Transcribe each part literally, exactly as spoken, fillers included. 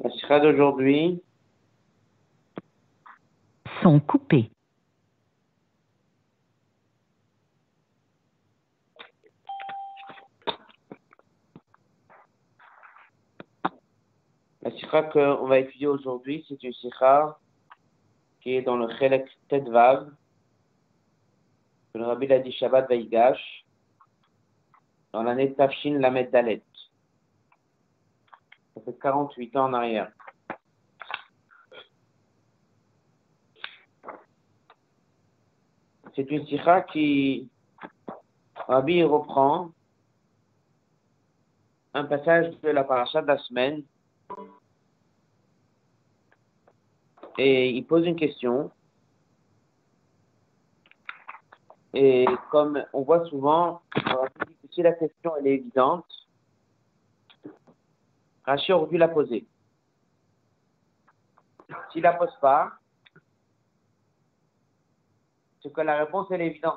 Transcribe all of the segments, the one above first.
La sikha d'aujourd'hui sont coupés. La sikha qu'on va étudier aujourd'hui, c'est une sikha qui est dans le Chelek Tetvav, que le Rabbi l'a dit Shabbat Vaïgash, dans l'année Tafshin Lamed Dalet. Ça fait quarante-huit ans en arrière. C'est une sikha qui, Rabbi reprend un passage de la paracha de la semaine et il pose une question. Et comme on voit souvent, si la question elle est évidente, Rashi aurait dû la poser. S'il la pose pas, c'est que la réponse elle est évidente.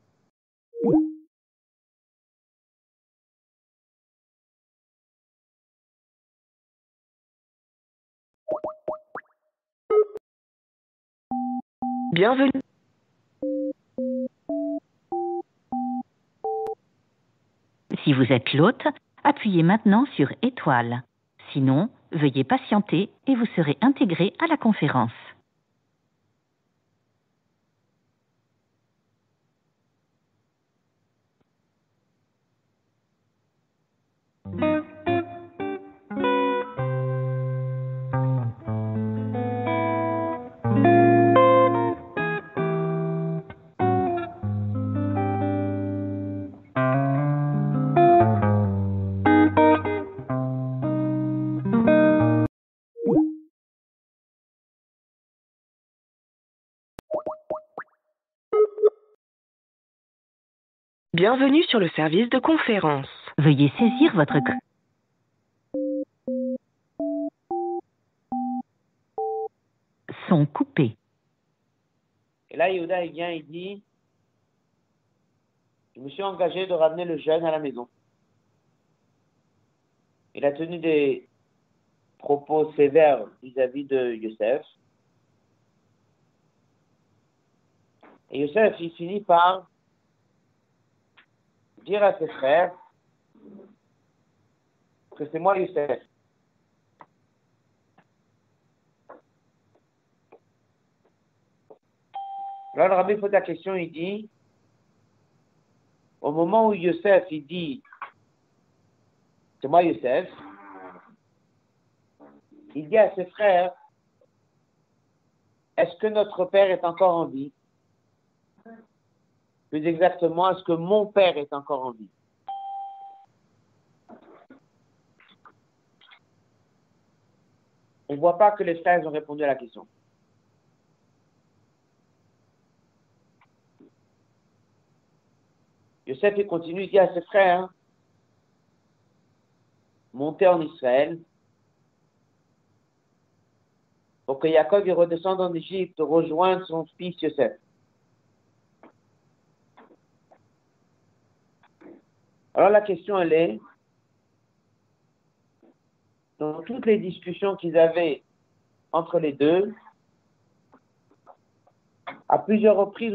Bienvenue. Si vous êtes l'hôte, appuyez maintenant sur étoile. Sinon, veuillez patienter et vous serez intégré à la conférence. Bienvenue sur le service de conférence. Veuillez saisir votre... Sont coupés. Et là, Yehuda, il vient, il dit, je me suis engagé de ramener le jeune à la maison. Il a tenu des propos sévères vis-à-vis de Yosef. Et Yosef, il finit par dire à ses frères que c'est moi Yosef. Là, le rabbi pose la question, il dit, au moment où Yosef, il dit, c'est moi Yosef, il dit à ses frères, est-ce que notre père est encore en vie? Plus exactement, est-ce que mon père est encore en vie? On ne voit pas que les frères ont répondu à la question. Yosef, il continue, il dit à ses frères, montez en Israël, pour que Jacob il redescende en Égypte, rejoindre son fils Yosef. Alors la question, elle est, dans toutes les discussions qu'ils avaient entre les deux, à plusieurs reprises,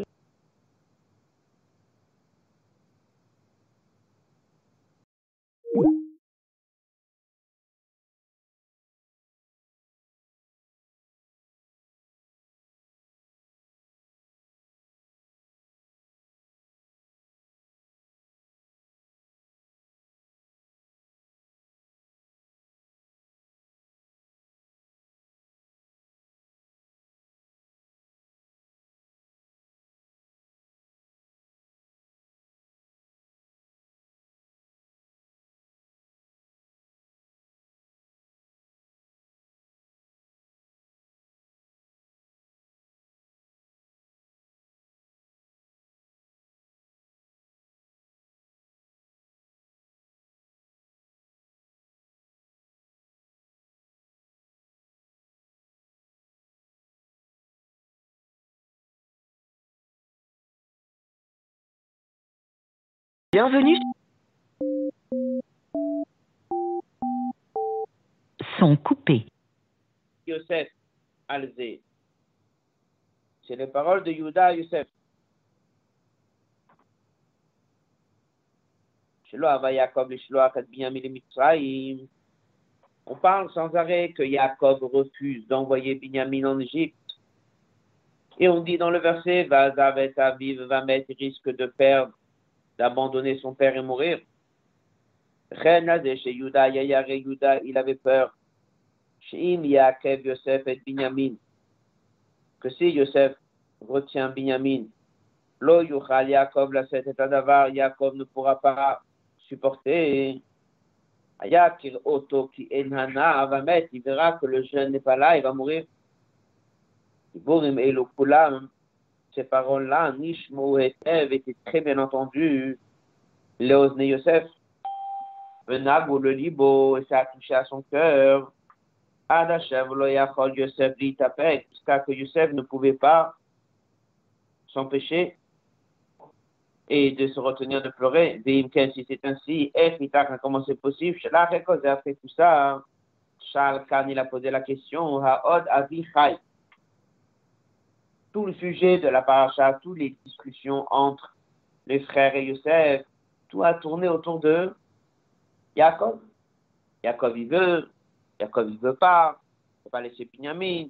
Bienvenue. Sont coupés. Yosef alze. C'est les paroles de Yehuda à Yosef. Shelo ava Yaakov lishloach et Binyamin le Mitzrayim. On parle sans arrêt que Jacob refuse d'envoyer Binyamin en Égypte. Et on dit dans le verset, Vazav et Aviv Vamet, il risque de perdre, d'abandonner son père et mourir. Chez Yuda, Yayare Yuda, il avait peur. Sheim Yaakov Yosef et Binyamin. Que si Yosef retient Binyamin, Lo Yuchal Yaakov la set et Adavar, Yaakov ne pourra pas supporter. Ayakir Oto qui enhana va mettre, il verra que le jeune n'est pas là, il va mourir. Iborim et Kulam, ces paroles-là, Nishmo Hetev, étaient très bien entendues. Léosne Yosef, Venag ou le Libo, et ça a touché à son cœur. Adashev lo Yachol Yosef l'itapek, jusqu'à que Yosef ne pouvait pas s'empêcher et de se retenir de pleurer. Veimken, si c'est ainsi, Efitak, comment c'est possible? Shalach et Koze, après tout ça, Charles Khan, il a posé la question, Haod Avichai. Tout le sujet de la paracha, toutes les discussions entre les frères et Yosef, tout a tourné autour de Yaakov. Yaakov, il veut, Yaakov, il veut pas, il ne faut pas laisser Binyamin.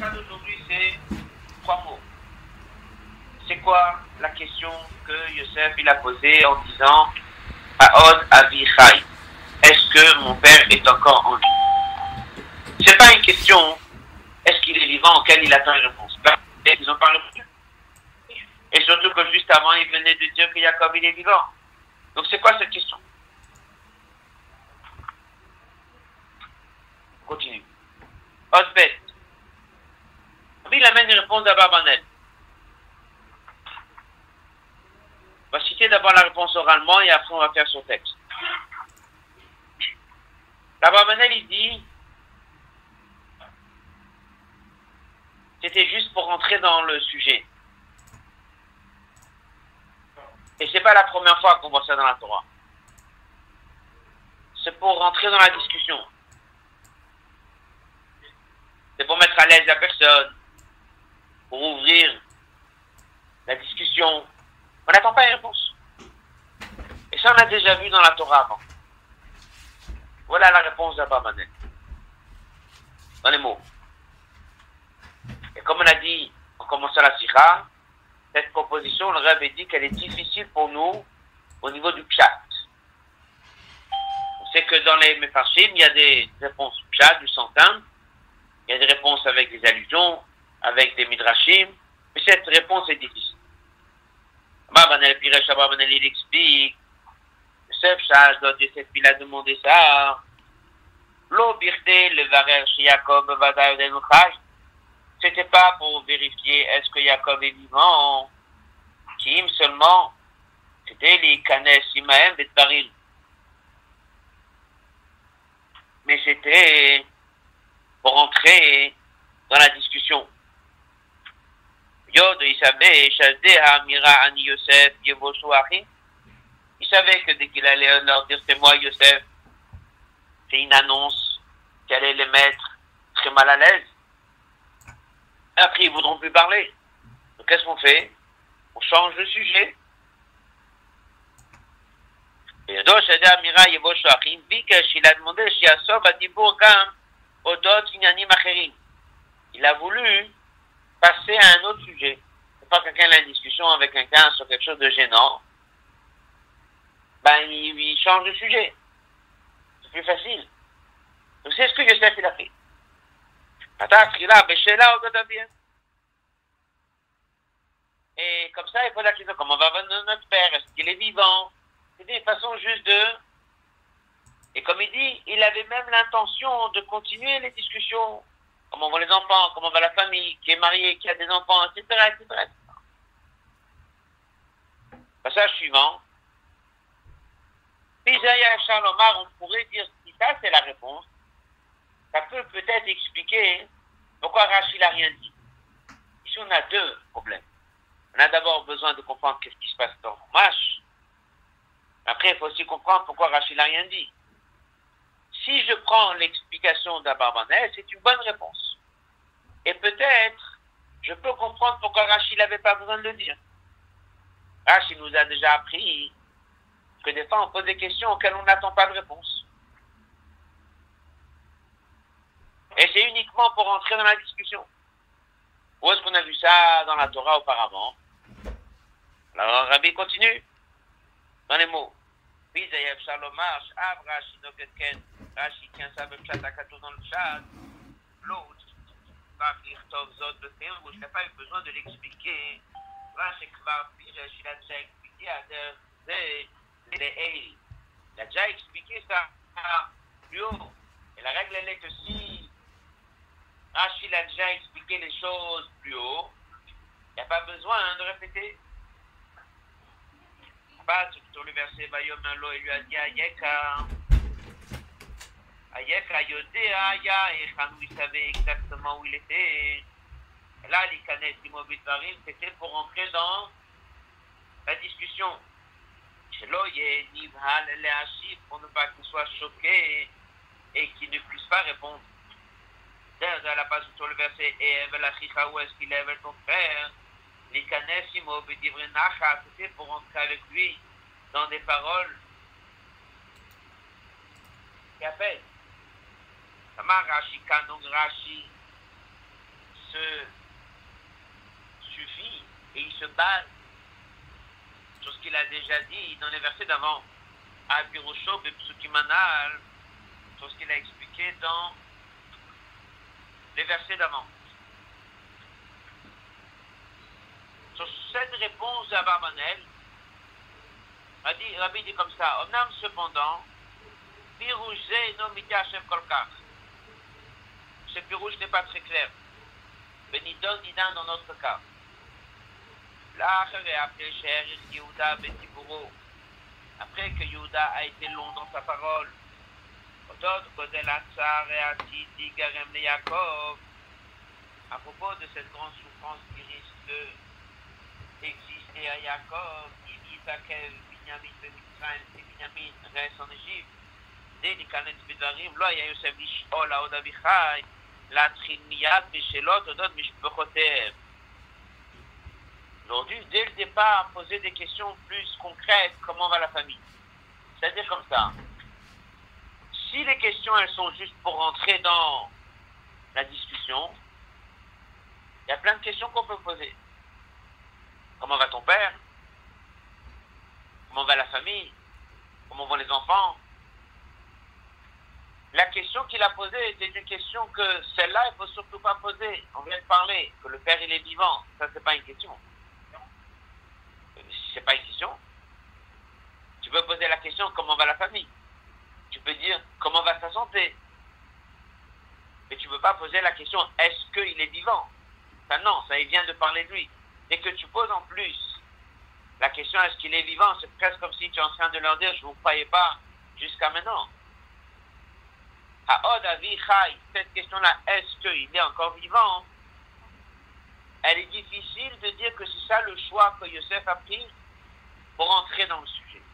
sikha d'aujourd'hui, c'est trois mots. C'est quoi la question que Yosef il a posée en disant Aod Avi Chai, est-ce que mon père est encore en vie? C'est pas une question, est-ce qu'il est vivant, auquel il attend une réponse. Ils ont pas répondu. Et surtout que juste avant, il venait de dire que Jacob il est vivant. Donc c'est quoi cette question? On continue. Osbet. Il amène une réponse d'Abarbanel. On va citer d'abord la réponse oralement et après on va faire son texte. L'Abarbanel il dit, c'était juste pour rentrer dans le sujet. Et c'est pas la première fois qu'on voit ça dans la Torah. C'est pour rentrer dans la discussion. C'est pour mettre à l'aise la personne, pour ouvrir la discussion. On n'attend pas une réponse. Et ça, on l'a déjà vu dans la Torah avant. Voilà la réponse d'Abarbanel. Dans les mots. Et comme on a dit en commençant la sikha, cette proposition, le Rebbe dit qu'elle est difficile pour nous au niveau du pshat. On sait que dans les Mefarshim, il y a des réponses pshat, du centaine. Il y a des réponses avec des allusions, avec des midrashim. Mais cette réponse est difficile. Abarbanel Piresh, Abarbanel il explique. Yosef Shach, Yosef il a demandé ça. Lo birte le varer chez Jacob vadaï den chai. C'était pas pour vérifier est-ce que Jacob est vivant. Kim seulement. C'était les kanes imaem betbaril. Mais c'était pour entrer dans la discussion. Yod, il savait, Shazdeha, Mira, Ani, Yosef, Yevoshu, Achim. Il savait que dès qu'il allait leur dire c'est moi, Yosef, c'est une annonce qui allait les mettre très mal à l'aise. Après, ils ne voudront plus parler. Donc, qu'est-ce qu'on fait? On change de sujet. Et Yod, Shazdeha, Mira, Yevoshu, Achim, Bikesh, il a demandé, Shiasov, Adibur, Gam, Odot, Inyanim, Acherim. Il a voulu passer à un autre sujet. C'est pas quelqu'un a une discussion avec quelqu'un sur quelque chose de gênant. Ben, il, il change de sujet. C'est plus facile. Donc, c'est ce que Yosef il a fait. Et comme ça, il pose la question, comment va notre père? Est-ce qu'il est vivant? C'était une façon juste de... Et comme il dit, il avait même l'intention de continuer les discussions. Comment vont les enfants, comment va la famille, qui est mariée, qui a des enfants, et cetera, et cetera. Passage suivant. Isaiah Charles Omar, on pourrait dire, si ça c'est la réponse, ça peut peut-être expliquer pourquoi Rashi n'a rien dit. Ici, on a deux problèmes. On a d'abord besoin de comprendre qu'est-ce qui se passe dans Chumash. Après, il faut aussi comprendre pourquoi Rashi n'a rien dit. Si je prends l'explication d'Abarbanel, c'est une bonne réponse. Et peut-être, je peux comprendre pourquoi Rashi n'avait pas besoin de le dire. Rashi nous a déjà appris que des fois, on pose des questions auxquelles on n'attend pas de réponse. Et c'est uniquement pour entrer dans la discussion. Où est-ce qu'on a vu ça dans la Torah auparavant? Alors, Rabbi continue dans les mots. Puis, Zayev Shalomar, Av Rashi Noketken, Rashi tient ça avec Pshat Akato dans le chat. L'autre, Bafirtov Zod de Férouche, il n'a pas eu besoin de l'expliquer. Rashi Kvar Piresh, il a déjà expliqué à des Eil. Il a déjà expliqué ça plus haut. Et la règle, elle est que si Rashi a déjà expliqué les choses plus haut, il n'y a pas besoin hein, de répéter. Pas sur le verset Bayom Lo, il lui a dit Ayeka. Ayeka Yodea Aya, et Chanou il savait exactement où il était. Et là, l'Ikanet Imobitvarim, c'était pour entrer dans la discussion. Shelo Ye Nivhal Leashif, pour ne pas qu'il soit choqué et qu'il ne puisse pas répondre. D'ailleurs, la passe sur le verset Et la Chicha, où est-ce qu'il avait ton frère? L'Ikanet Imobitvarim, c'était pour entrer avec lui dans des paroles qui appellent. Sama Rashi, Kanon Rashi, se suffit et il se base sur ce qu'il a déjà dit dans les versets d'avant. Abirusho Bepsukimanal, sur ce qu'il a expliqué dans les versets d'avant. Sur cette réponse d'Abarbanel, Rabbi dit comme ça, Omnam cependant, Pirouche no miti Hashem kolkach. Ce pirouche n'est pas très clair. Benidon Nidan dans notre cas. Après que Yehuda a été long dans sa parole, à propos de cette grande souffrance qui risque d'exister à Yaakov, il dit à quel Binyamin Bemitzrayim, si Binyamin reste en Égypte, dès les Kanet Bedarim, là il y a Yosef Lishol, Aod Avichai, la Trinmiyat, Mishelot, Odot, Mishpechoter. Aujourd'hui, dès le départ, poser des questions plus concrètes, comment va la famille? C'est-à-dire comme ça. Si les questions, elles sont juste pour rentrer dans la discussion, il y a plein de questions qu'on peut poser. Comment va ton père? Comment va la famille? Comment vont les enfants? La question qu'il a posée était une question que celle-là, il ne faut surtout pas poser. On vient de parler que le père, il est vivant. Ça, c'est pas une question. C'est pas une question. Tu peux poser la question comment va la famille. Tu peux dire comment va sa santé. Mais tu ne peux pas poser la question est-ce qu'il est vivant. Ça non, ça il vient de parler de lui. Dès que tu poses en plus la question est-ce qu'il est vivant, c'est presque comme si tu es en train de leur dire je ne vous croyais pas jusqu'à maintenant. Ha'od avi chai, cette question-là, est-ce qu'il est encore vivant? Elle est difficile de dire que c'est ça le choix que Yosef a pris pour entrer dans le sujet.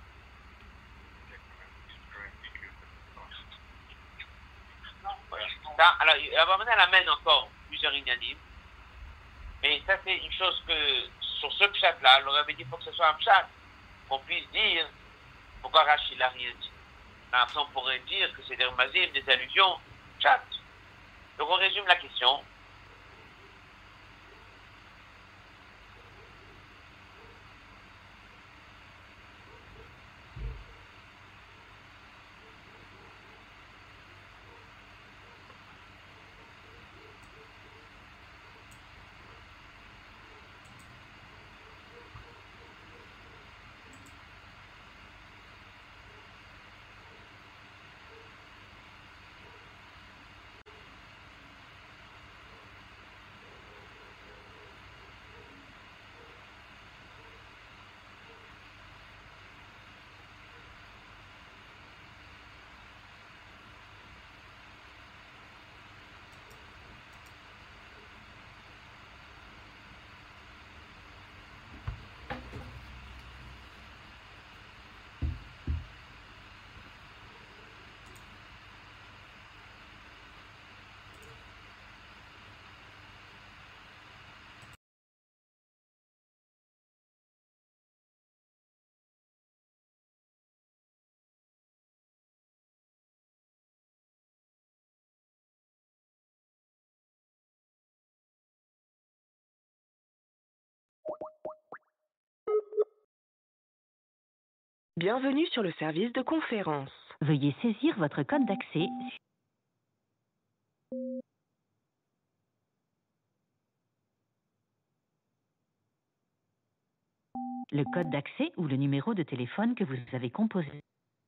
Voilà. Ça, alors, Abraham amène encore plusieurs inanimes, mais ça c'est une chose que sur ce pshat-là, on avait dit pour que ce soit un pshat, qu'on puisse dire pourquoi Rachid n'a rien dit. Après, on pourrait dire que c'est des remazim, des allusions, pshat. Donc on résume la question. Bienvenue sur le service de conférence. Veuillez saisir votre code d'accès. Le code d'accès ou le numéro de téléphone que vous avez composé.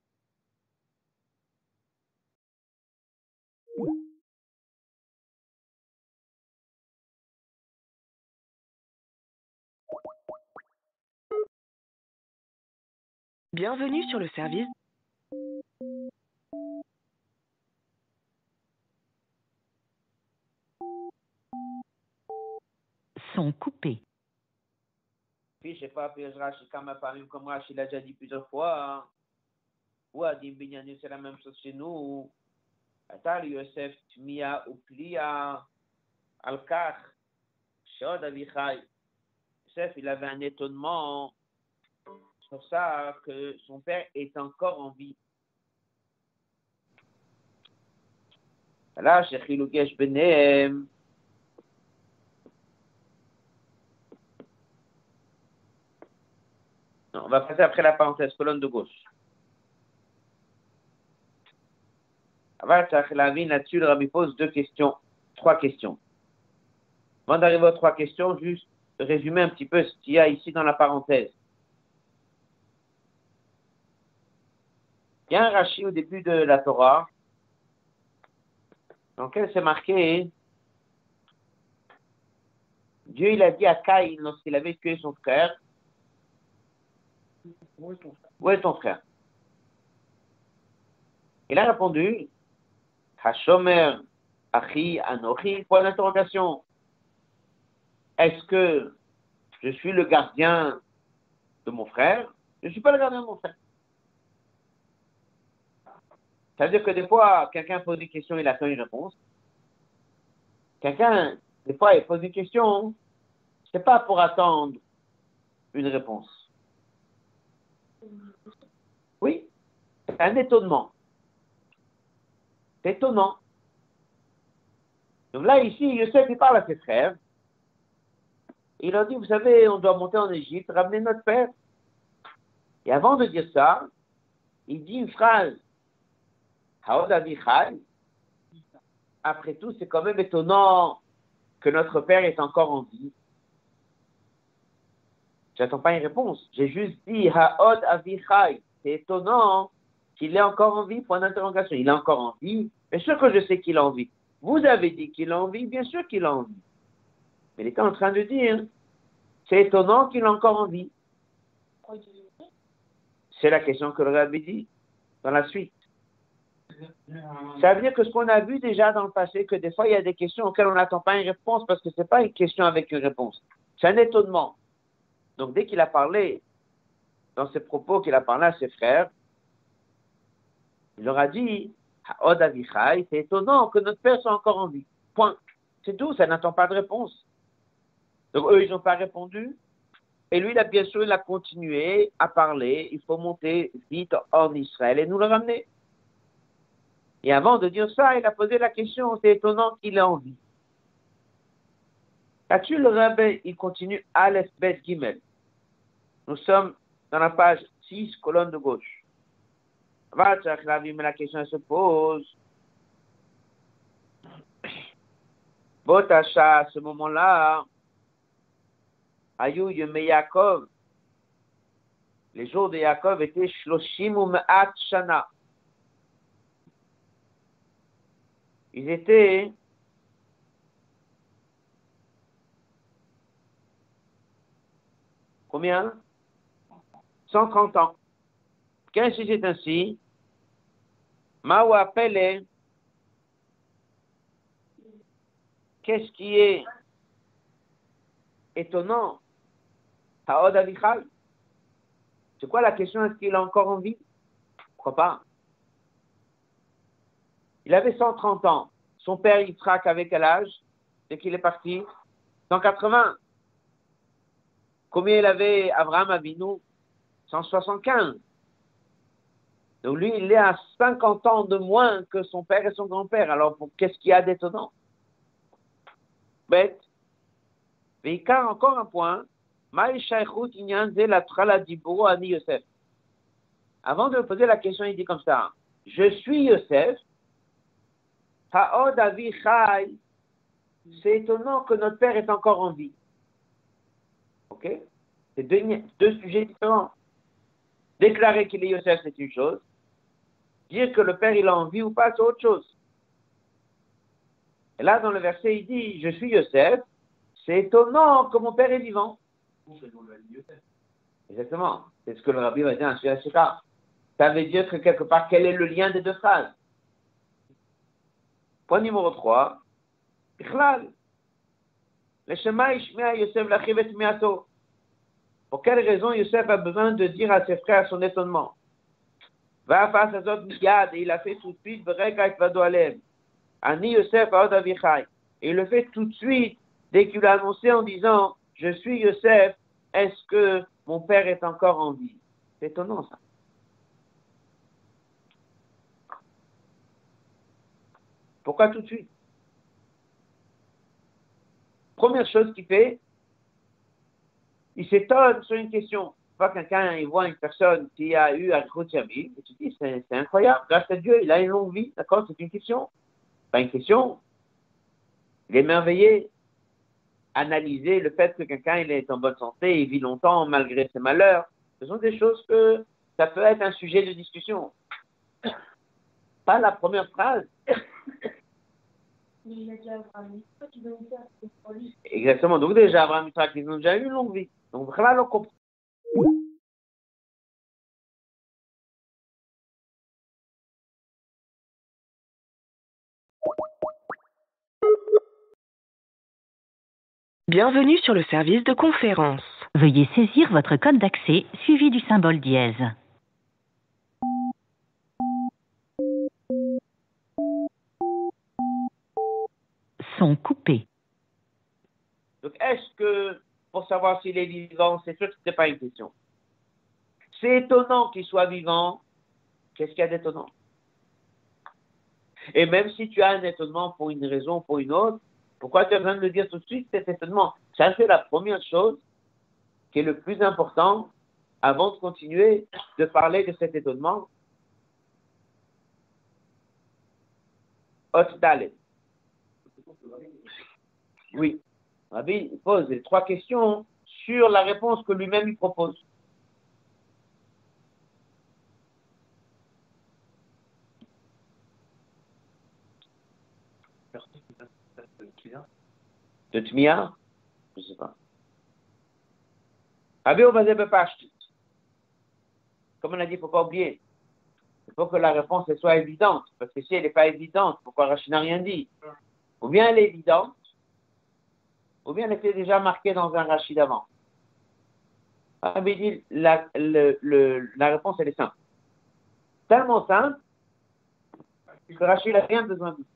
Bienvenue sur le service. Sont coupés. Puis, je ne sais pas, puis Rashi, comme Rashi l'a déjà dit plusieurs fois, hein. Ou Adim Binyamin, c'est la même chose chez nous. Atal Yosef Tmia ou Plia Al-Kach, Shod Avichai. Yosef, il avait un étonnement sur ça, que son père est encore en vie. Là, chez Chiloukesh Benem, Non, on va passer après la parenthèse, colonne de gauche. Là-dessus, le Rabbi pose deux questions, trois questions. Avant d'arriver aux trois questions, juste résumer un petit peu ce qu'il y a ici dans la parenthèse. Il y a un Rashi au début de la Torah, dans lequel c'est marqué, Dieu il a dit à Caïn lorsqu'il avait tué son frère, où est ton frère? Où est ton frère? Il a répondu, Hashomer, Achi, Anochi, point d'interrogation. Est-ce que je suis le gardien de mon frère? Je ne suis pas le gardien de mon frère. Ça veut dire que des fois, quelqu'un pose une question, il attend une réponse. Quelqu'un, des fois, il pose une question, c'est pas pour attendre une réponse. Oui, c'est un étonnement. C'est étonnant. Donc là, ici, Yosef, il parle à ses frères. Il leur dit, vous savez, on doit monter en Égypte, ramener notre père. Et avant de dire ça, il dit une phrase. Haod Avichai. Après tout, c'est quand même étonnant que notre père est encore en vie. J'attends pas une réponse. J'ai juste dit Haod Avichai. C'est étonnant qu'il est encore en vie, point d'interrogation. Il est encore en vie. Bien sûr que je sais qu'il est en vie. Vous avez dit qu'il est en vie, bien sûr qu'il est en vie. Mais il était en train de dire, c'est étonnant qu'il est encore en vie. C'est la question que le Rabbi dit dans la suite. Ça veut dire que ce qu'on a vu déjà dans le passé, que des fois il y a des questions auxquelles on n'attend pas une réponse parce que ce n'est pas une question avec une réponse. C'est un étonnement. Donc dès qu'il a parlé, dans ses propos qu'il a parlé à ses frères, il leur a dit, Haod Avichai, c'est étonnant que notre père soit encore en vie. Point. C'est tout, ça n'attend pas de réponse. Donc eux, ils n'ont pas répondu. Et lui, il a bien sûr, il a continué à parler. Il faut monter vite en Israël et nous le ramener. Et avant de dire ça, il a posé la question, c'est étonnant qu'il ait envie. Là-dessus, le rabbin, il continue Aleph Bet Gimel. Nous sommes dans la page six, colonne de gauche. Mais la question se pose. Botacha, à ce moment-là, Ayou Yeme Yaakov, les jours de Yaakov étaient Shloshim ou Me'at Shana. Ils étaient combien? cent trente ans. Qu'est-ce que c'est ainsi? Mawa Pele, qu'est-ce qui est étonnant? Haod Avichai. C'est quoi la question? Est-ce qu'il est encore en vie? Pourquoi pas? Il avait cent trente ans. Son père Yitzhak avait quel âge dès qu'il est parti? cent quatre-vingts. Combien il avait Abraham Avinu? cent soixante-quinze. Donc lui, il est à cinquante ans de moins que son père et son grand-père. Alors pour, qu'est-ce qu'il y a d'étonnant? Bête. Veikar, encore un point. Avant de poser la question, il dit comme ça. Je suis Yosef. Haod Avichai. C'est étonnant que notre père est encore en vie. Ok? C'est deux, deux sujets différents. Déclarer qu'il est Yosef, c'est une chose. Dire que le père il a en vie ou pas, c'est autre chose. Et là, dans le verset, il dit, je suis Yosef. C'est étonnant que mon père est vivant. Exactement. C'est ce que le rabbi va dire à Shira. Ça veut dire que quelque part, quel est le lien des deux phrases? Point numéro trois. Bichlal. Le Shema Ishmea Yosef l'achivet miato. Pour quelle raison Yosef a besoin de dire à ses frères son étonnement? Va face à Zot Miyad, et il a fait tout de suite, Bereka et Vado Alem. Ani Yosef Haod Avichai. Et il le fait tout de suite, dès qu'il a annoncé en disant, je suis Yosef, est-ce que mon père est encore en vie? C'est étonnant ça. Pourquoi tout de suite? Première chose qu'il fait, il s'étonne sur une question. Pas quelqu'un, il voit une personne qui a eu un gros Yamim, et tu dis, c'est, c'est incroyable, grâce à Dieu, il a une longue vie, d'accord? C'est une question. Pas une question. Il est merveilleux. Analyser le fait que quelqu'un il est en bonne santé, il vit longtemps malgré ses malheurs. Ce sont des choses que ça peut être un sujet de discussion. Pas la première phrase. Exactement. Donc déjà, Abraham et Yitzhak, ils ont déjà eu une longue vie. Donc voilà, on comprend. Bienvenue sur le service de conférence. Veuillez saisir votre code d'accès suivi du symbole dièse. Son coupé. Donc est-ce que, pour savoir s'il est vivant, c'est sûr que ce n'est pas une question. C'est étonnant qu'il soit vivant. Qu'est-ce qu'il y a d'étonnant? Et même si tu as un étonnement pour une raison ou pour une autre, pourquoi tu as besoin de le dire tout de suite, cet étonnement? Ça, c'est la première chose qui est le plus important avant de continuer de parler de cet étonnement. Hostale. Oui. Rabbi pose les trois questions sur la réponse que lui-même il propose. De Tmia? Je ne sais pas. Rabbi Obazé Bepashtit. Comme on a dit, il ne faut pas oublier. Il faut que la réponse elle soit évidente. Parce que si elle n'est pas évidente, pourquoi Rachid n'a rien dit? Ou bien elle est évidente, ou bien elle était déjà marquée dans un Rachid d'avant. Rabbi dit, la, le, le, la réponse elle est simple. Tellement simple que Rachid n'a rien besoin de dire.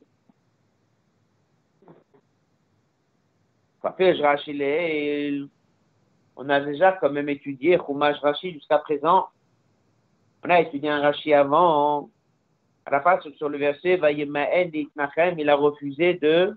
Après, je Rachid et on a déjà quand même étudié Chumash Rashi jusqu'à présent. On a étudié un Rashi avant. À la fin, sur le verset, Vayema'ed Itnachem, il a refusé de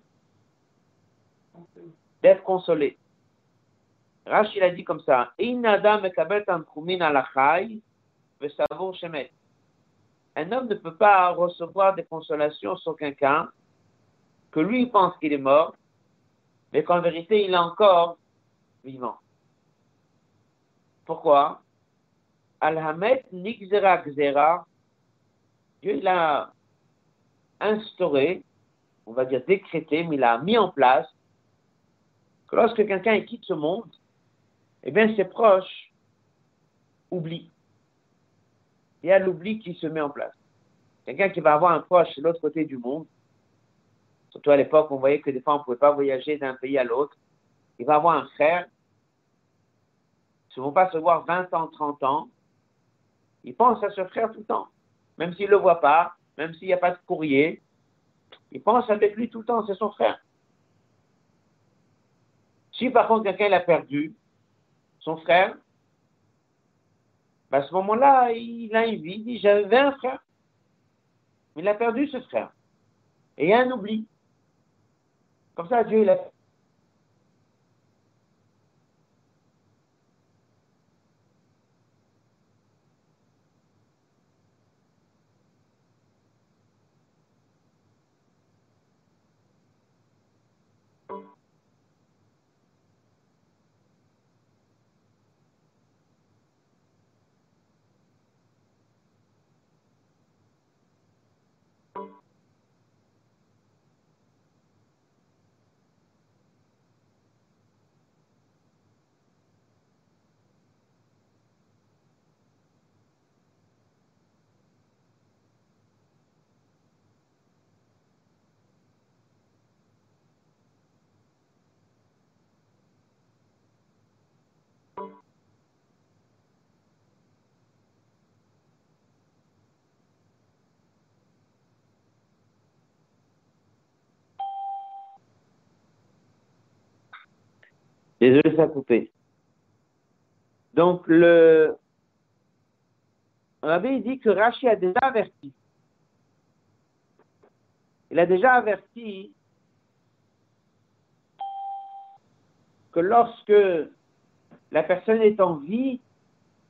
d'être consolé. Rashi, il a dit comme ça, Inadam mekabel tanchumin alachai vesavur shemet. Un homme ne peut pas recevoir des consolations sur quelqu'un que lui il pense qu'il est mort, mais qu'en vérité, il est encore vivant. Pourquoi? Al-Hamet Nixera Gzera, Dieu il a instauré, on va dire décrété, mais il a mis en place que lorsque quelqu'un quitte ce monde, eh bien ses proches oublient. Il y a l'oubli qui se met en place. Quelqu'un qui va avoir un proche de l'autre côté du monde, surtout à l'époque, on voyait que des fois on ne pouvait pas voyager d'un pays à l'autre, il va avoir un frère, ils ne vont pas se voir vingt ans, trente ans, il pense à ce frère tout le temps. Même s'il ne le voit pas, même s'il n'y a pas de courrier, il pense avec lui tout le temps, c'est son frère. Si par contre quelqu'un l'a perdu, son frère, ben à ce moment-là, il a une vie, il dit j'avais un frère, mais il a perdu ce frère. Et il y a un oubli. Comme ça, Dieu il a fait. Désolé, ça a coupé. Donc, le Rabbi dit que Rashi a déjà averti. Il a déjà averti que lorsque la personne est en vie,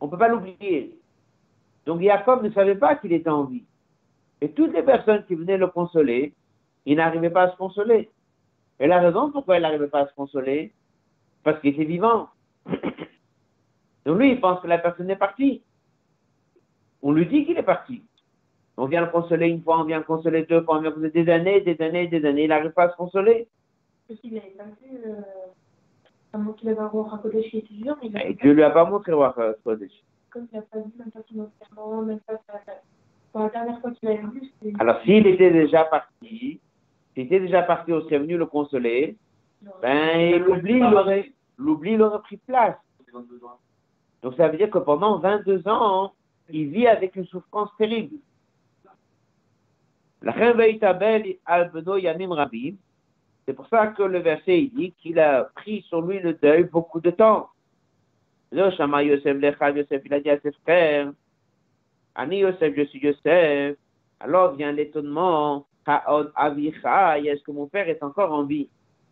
On ne peut pas l'oublier. Donc Jacob ne savait pas qu'il était en vie. Et toutes les personnes qui venaient le consoler, il n'arrivait pas à se consoler. Et la raison pourquoi il n'arrivait pas à se consoler, parce qu'il était vivant. Donc lui, il pense que la personne est partie. On lui dit qu'il est parti. On vient le consoler une fois, on vient le consoler deux fois, on vient le consoler des années, des années, des années, il n'arrive pas à se consoler. Parce qu'il n'avait pas vu, euh, à moins qu'il avait un roi Kodesh qui était vivant, mais il Et Dieu lui a pas montré le roi Kodesh. Comme il n'a pas vu, même pas son enterrement, même pas sa... Pour la dernière fois qu'il avait vu, c'était... Alors s'il était déjà parti, s'il était déjà parti, on serait venu le consoler, ben l'oubli, il aurait, l'oubli, il aurait pris place. Donc ça veut dire que pendant vingt-deux ans, il vit avec une souffrance terrible. La c'est pour ça que le verset il dit qu'il a pris sur lui le deuil beaucoup de temps. Yosef, Yosef, il a dit à ses frères, Ani Yosef, je suis Yosef. Alors vient l'étonnement, Ha'od Avichai, est-ce que mon père est encore en vie?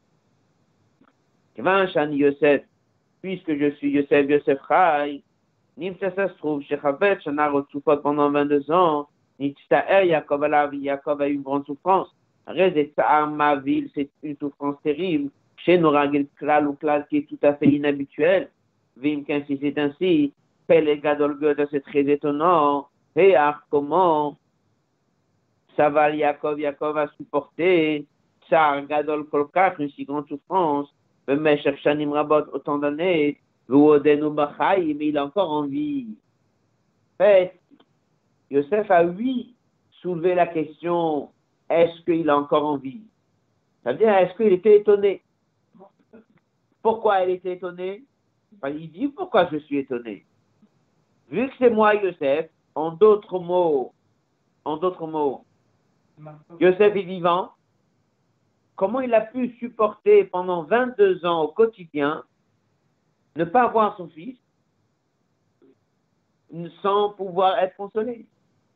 Ani Yosef, puisque je suis Yosef, Yosef Chai, Nimsa ça se trouve, chez Chabet, Shana Rotsufot pendant vingt-deux ans, Nitstaer, Yaakov a Yaakov a eu une grande souffrance. Rezeta ma ville, c'est une souffrance terrible. Chez Noragil Klal ou Klal qui est tout à fait inhabituel. Vim qu'ainsi c'est ainsi. Pele Gadol Goda, c'est très étonnant. Et ah, comment ça va Yaakov, Yaakov a supporté. Tsar Gadol Kolkach, une si grande souffrance. Mais Shanim Rabot, autant d'années. Vuodenu Bachai, mais il est encore en vie. En fait, Yosef a, oui, soulevé la question, est-ce qu'il est encore en vie? Ça veut dire, est-ce qu'il était étonné? Pourquoi il était étonné? Enfin, il dit, pourquoi je suis étonné? Vu que c'est moi, Yosef, en d'autres mots, en d'autres mots, Yosef est vivant, comment il a pu supporter pendant vingt-deux ans au quotidien ne pas voir son fils sans pouvoir être consolé?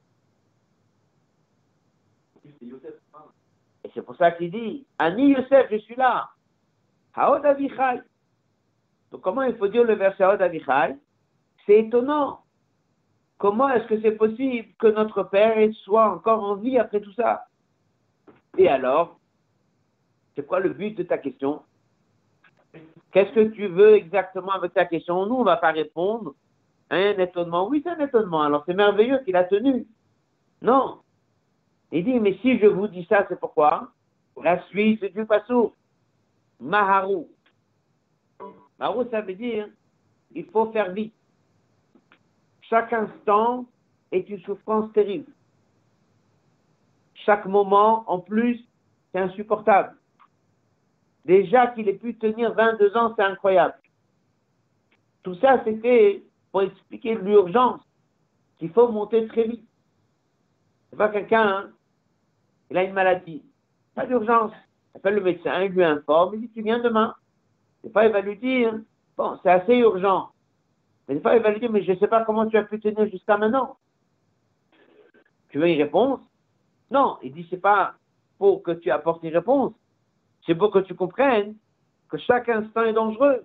Et c'est pour ça qu'il dit, Ani Yosef, je suis là. Haod Avichai. Donc comment il faut dire le verset Haod Avichai? C'est étonnant. Comment est-ce que c'est possible que notre père soit encore en vie après tout ça? Et alors, c'est quoi le but de ta question? Qu'est-ce que tu veux exactement avec ta question? Nous, on ne va pas répondre à un étonnement. Oui, c'est un étonnement. Alors c'est merveilleux qu'il a tenu. Non. Il dit, mais si je vous dis ça, c'est pourquoi? La suite du passou. Maharu. Maharu, ça veut dire, il faut faire vite. Chaque instant est une souffrance terrible. Chaque moment, en plus, c'est insupportable. Déjà qu'il ait pu tenir vingt-deux ans, c'est incroyable. Tout ça, c'était pour expliquer l'urgence, qu'il faut monter très vite. C'est pas quelqu'un, hein, il a une maladie. Pas d'urgence. Il appelle le médecin, il lui informe, il dit, tu viens demain. Des fois, il va lui dire, bon, c'est assez urgent. Mais des fois, il va lui dire, mais je ne sais pas comment tu as pu tenir jusqu'à maintenant. Tu veux une réponse? Non, il dit, c'est pas pour que tu apportes une réponse. C'est pour que tu comprennes que chaque instant est dangereux.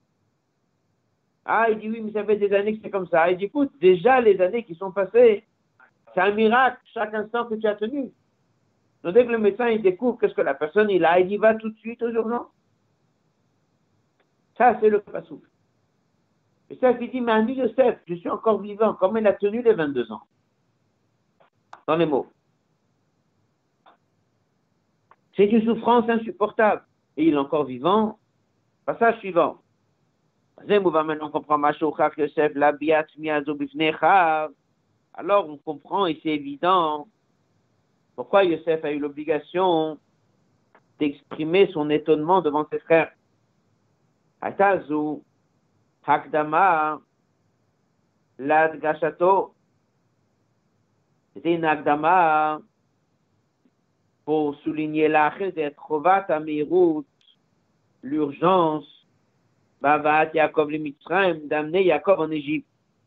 Ah, il dit, oui, mais ça fait des années que c'est comme ça. Il dit, écoute, déjà les années qui sont passées, c'est un miracle, chaque instant que tu as tenu. Donc, dès que le médecin il découvre qu'est-ce que la personne il a, il y va tout de suite aux urgences. Ça, c'est le passou. Et ça, il dit, mais Ani Yosef, je suis encore vivant, comme il a tenu les vingt-deux ans. Dans les mots. C'est une souffrance insupportable. Et il est encore vivant. Passage suivant. Maintenant, on comprend Yosef, la biat miazo bifnecha. Alors, on comprend, et c'est évident, pourquoi Yosef a eu l'obligation d'exprimer son étonnement devant ses frères. Hatazu, Hakdama, Lad Gashato. C'était une Hakdama pour souligner l'arrêt d'être Chovat Amirut, l'urgence, Bavat Yaakov le Mitzrayim, d'amener Yaakov en Égypte.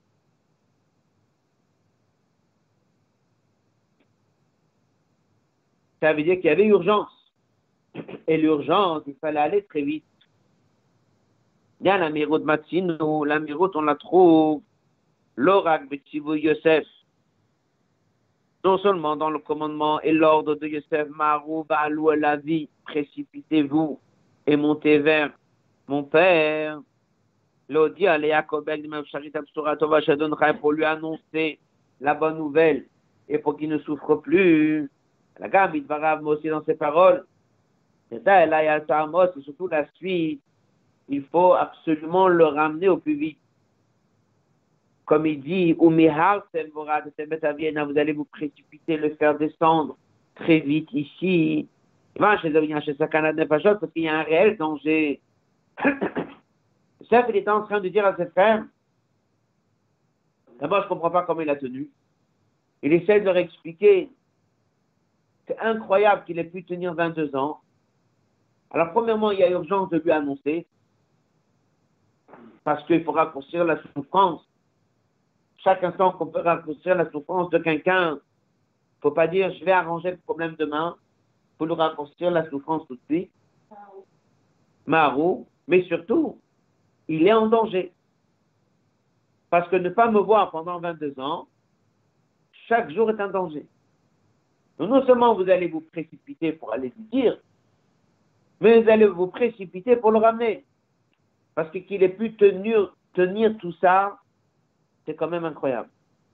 Ça veut dire qu'il y avait urgence. Et l'urgence, il fallait aller très vite. Il y a la Mirut Matsino, la Mirut, on la trouve l'orak Betsivou Yosef, non seulement dans le commandement et l'ordre de Yosef, Marou, Baalou, la vie, précipitez-vous et montez vers mon père, Lodi, à Yaakov, pour lui annoncer la bonne nouvelle et pour qu'il ne souffre plus. La gamme, il va aussi dans ses paroles. C'est ça, là, il y a le c'est surtout la suite. Il faut absolument le ramener au plus vite. Comme il dit, vous allez vous précipiter, le faire descendre très vite ici. Il va chez chez sa Canada parce qu'il y a un réel danger. Le chef, il était en train de dire à ses frères, d'abord, je ne comprends pas comment il a tenu. Il essaie de leur expliquer. C'est incroyable qu'il ait pu tenir vingt-deux ans. Alors, premièrement, il y a urgence de lui annoncer, parce qu'il faut raccourcir la souffrance. Chaque instant qu'on peut raccourcir la souffrance de quelqu'un, il ne faut pas dire je vais arranger le problème demain, il faut lui raccourcir la souffrance tout de suite. Marou, mais surtout, il est en danger. Parce que ne pas me voir pendant vingt-deux ans, chaque jour est un danger. Donc non seulement vous allez vous précipiter pour aller lui dire, mais vous allez vous précipiter pour le ramener. Parce que qu'il ait pu tenir, tenir tout ça, c'est quand même incroyable.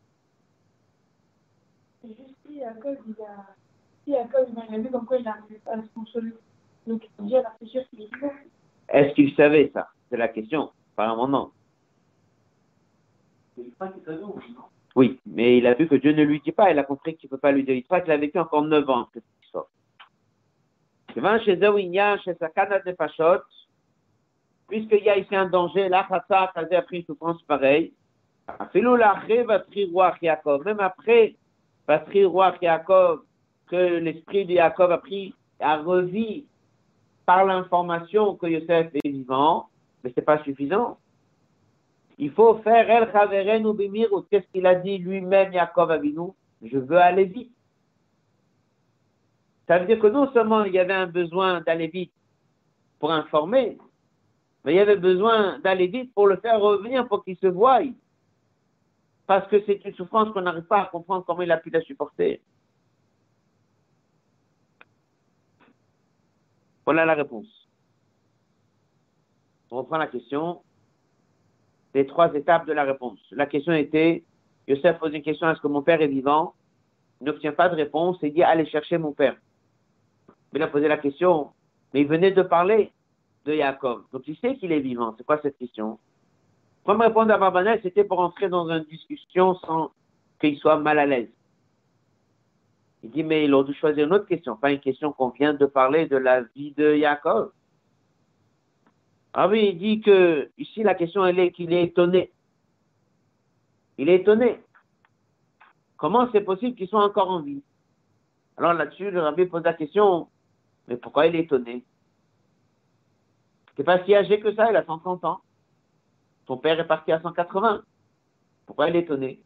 C'est juste si Yaakov, il a, si Yaakov, il a vu comme quoi il n'arrivait pas à se consoler. Donc il dit à la sûr qu'il est vivant. Est-ce qu'il savait ça? C'est la question. Pas un moment. Oui, mais il a vu que Dieu ne lui dit pas. Il a compris qu'il ne peut pas lui dire. Il croit qu'il a vécu encore neuf ans. C'est ce qui sort. Puisqu'il y a ici un danger, là, Chassa a pris une souffrance pareille. Même après, Vatri Roi Yaakov, que l'esprit de Yaakov a pris, a revu par l'information que Yosef est vivant, mais ce n'est pas suffisant. Il faut faire El Chaveren ou Bimir, ou qu'est-ce qu'il a dit lui-même, Yaakov Avinu, je veux aller vite. Ça veut dire que non seulement il y avait un besoin d'aller vite pour informer, mais il y avait besoin d'aller vite pour le faire revenir, pour qu'il se voie. Parce que c'est une souffrance qu'on n'arrive pas à comprendre comment il a pu la supporter. Voilà la réponse. On reprend la question. Les trois étapes de la réponse. La question était, Yosef pose une question, est-ce que mon père est vivant? Il n'obtient pas de réponse et dit, allez chercher mon père. Il a posé la question, mais il venait de parler de Yaakov. Donc il sait qu'il est vivant. C'est quoi cette question? Comme répondre à Barbanel, c'était pour entrer dans une discussion sans qu'il soit mal à l'aise. Il dit, mais il aurait dû choisir une autre question, pas une question qu'on vient de parler de la vie de Yaakov. Ah oui, il dit que, ici, la question, elle est qu'il est étonné. Il est étonné. Comment c'est possible qu'il soit encore en vie? Alors là-dessus, le rabbi pose la question, mais pourquoi il est étonné? C'est pas si âgé que ça, il a cent trente ans. Son père est parti à cent quatre-vingts. Pourquoi il est étonné?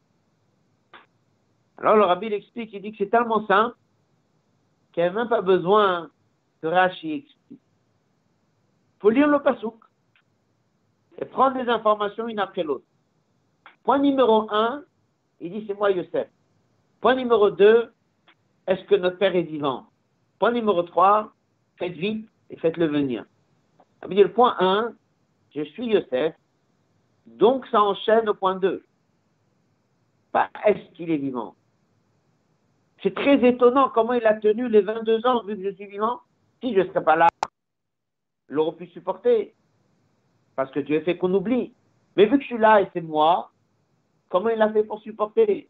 Alors le rabbi l'explique, il dit que c'est tellement simple qu'il n'y a même pas besoin que Rashi explique. Il faut lire le pasouk et prendre des informations une après l'autre. Point numéro un, il dit c'est moi Yosef. Point numéro deux, est-ce que notre père est vivant? Point numéro trois, faites vite et faites-le venir. Il dit le point un, je suis Yosef, donc ça enchaîne au point deux. Pas est-ce qu'il est vivant? C'est très étonnant comment il a tenu les vingt-deux ans vu que je suis vivant. Si je ne serais pas là, il aurait pu supporter. Parce que Dieu fait qu'on oublie. Mais vu que je suis là et c'est moi, comment il a fait pour supporter?